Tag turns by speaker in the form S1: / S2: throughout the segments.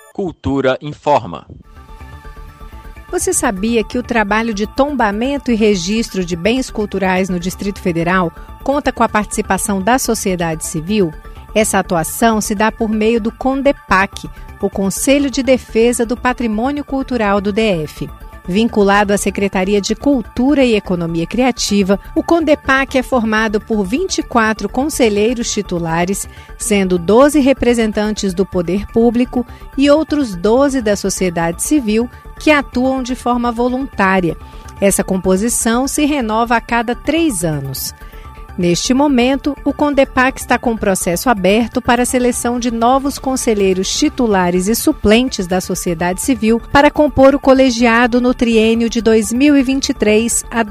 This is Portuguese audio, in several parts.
S1: Cultura informa.
S2: Você sabia que o trabalho de tombamento e registro de bens culturais no Distrito Federal conta com a participação da sociedade civil? Essa atuação se dá por meio do CONDEPAC, o Conselho de Defesa do Patrimônio Cultural do DF. Vinculado à Secretaria de Cultura e Economia Criativa, o CONDEPAC é formado por 24 conselheiros titulares, sendo 12 representantes do poder público e outros 12 da sociedade civil que atuam de forma voluntária. Essa composição se renova a cada 3 anos. Neste momento, o CONDEPAC está com um processo aberto para a seleção de novos conselheiros titulares e suplentes da sociedade civil para compor o colegiado no triênio de 2023 a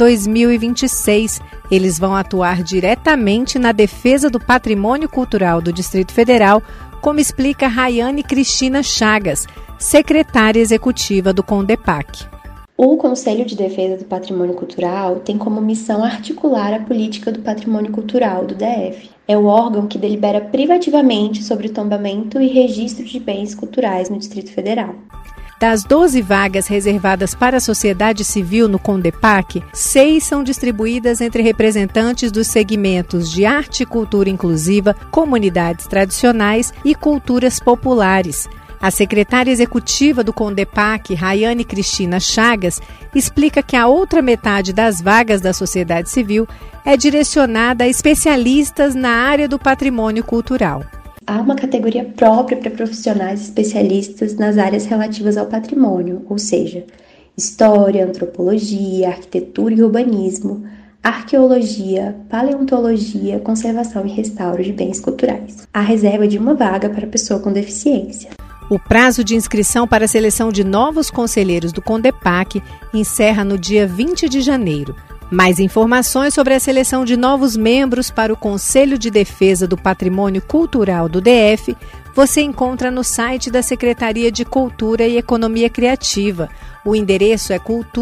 S2: 2026. Eles vão atuar diretamente na defesa do patrimônio cultural do Distrito Federal, como explica Rayane Cristina Chagas, secretária executiva do CONDEPAC.
S3: O Conselho de Defesa do Patrimônio Cultural tem como missão articular a política do patrimônio cultural do DF. É o órgão que delibera privativamente sobre o tombamento e registro de bens culturais no Distrito Federal.
S2: Das 12 vagas reservadas para a sociedade civil no CONDEPAC, 6 são distribuídas entre representantes dos segmentos de arte e cultura inclusiva, comunidades tradicionais e culturas populares. A secretária executiva do CONDEPAC, Rayane Cristina Chagas, explica que a outra metade das vagas da sociedade civil é direcionada a especialistas na área do patrimônio cultural.
S3: Há uma categoria própria para profissionais especialistas nas áreas relativas ao patrimônio, ou seja, história, antropologia, arquitetura e urbanismo, arqueologia, paleontologia, conservação e restauro de bens culturais. Há reserva de uma vaga para pessoa com deficiência.
S2: O prazo de inscrição para a seleção de novos conselheiros do CONDEPAC encerra no dia 20 de janeiro. Mais informações sobre a seleção de novos membros para o Conselho de Defesa do Patrimônio Cultural do DF você encontra no site da Secretaria de Cultura e Economia Criativa. O endereço é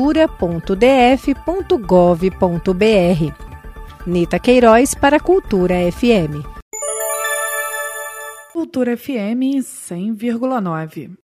S2: cultura.df.gov.br. Nita Queiroz para a Cultura FM.
S4: Cultura FM 100,9.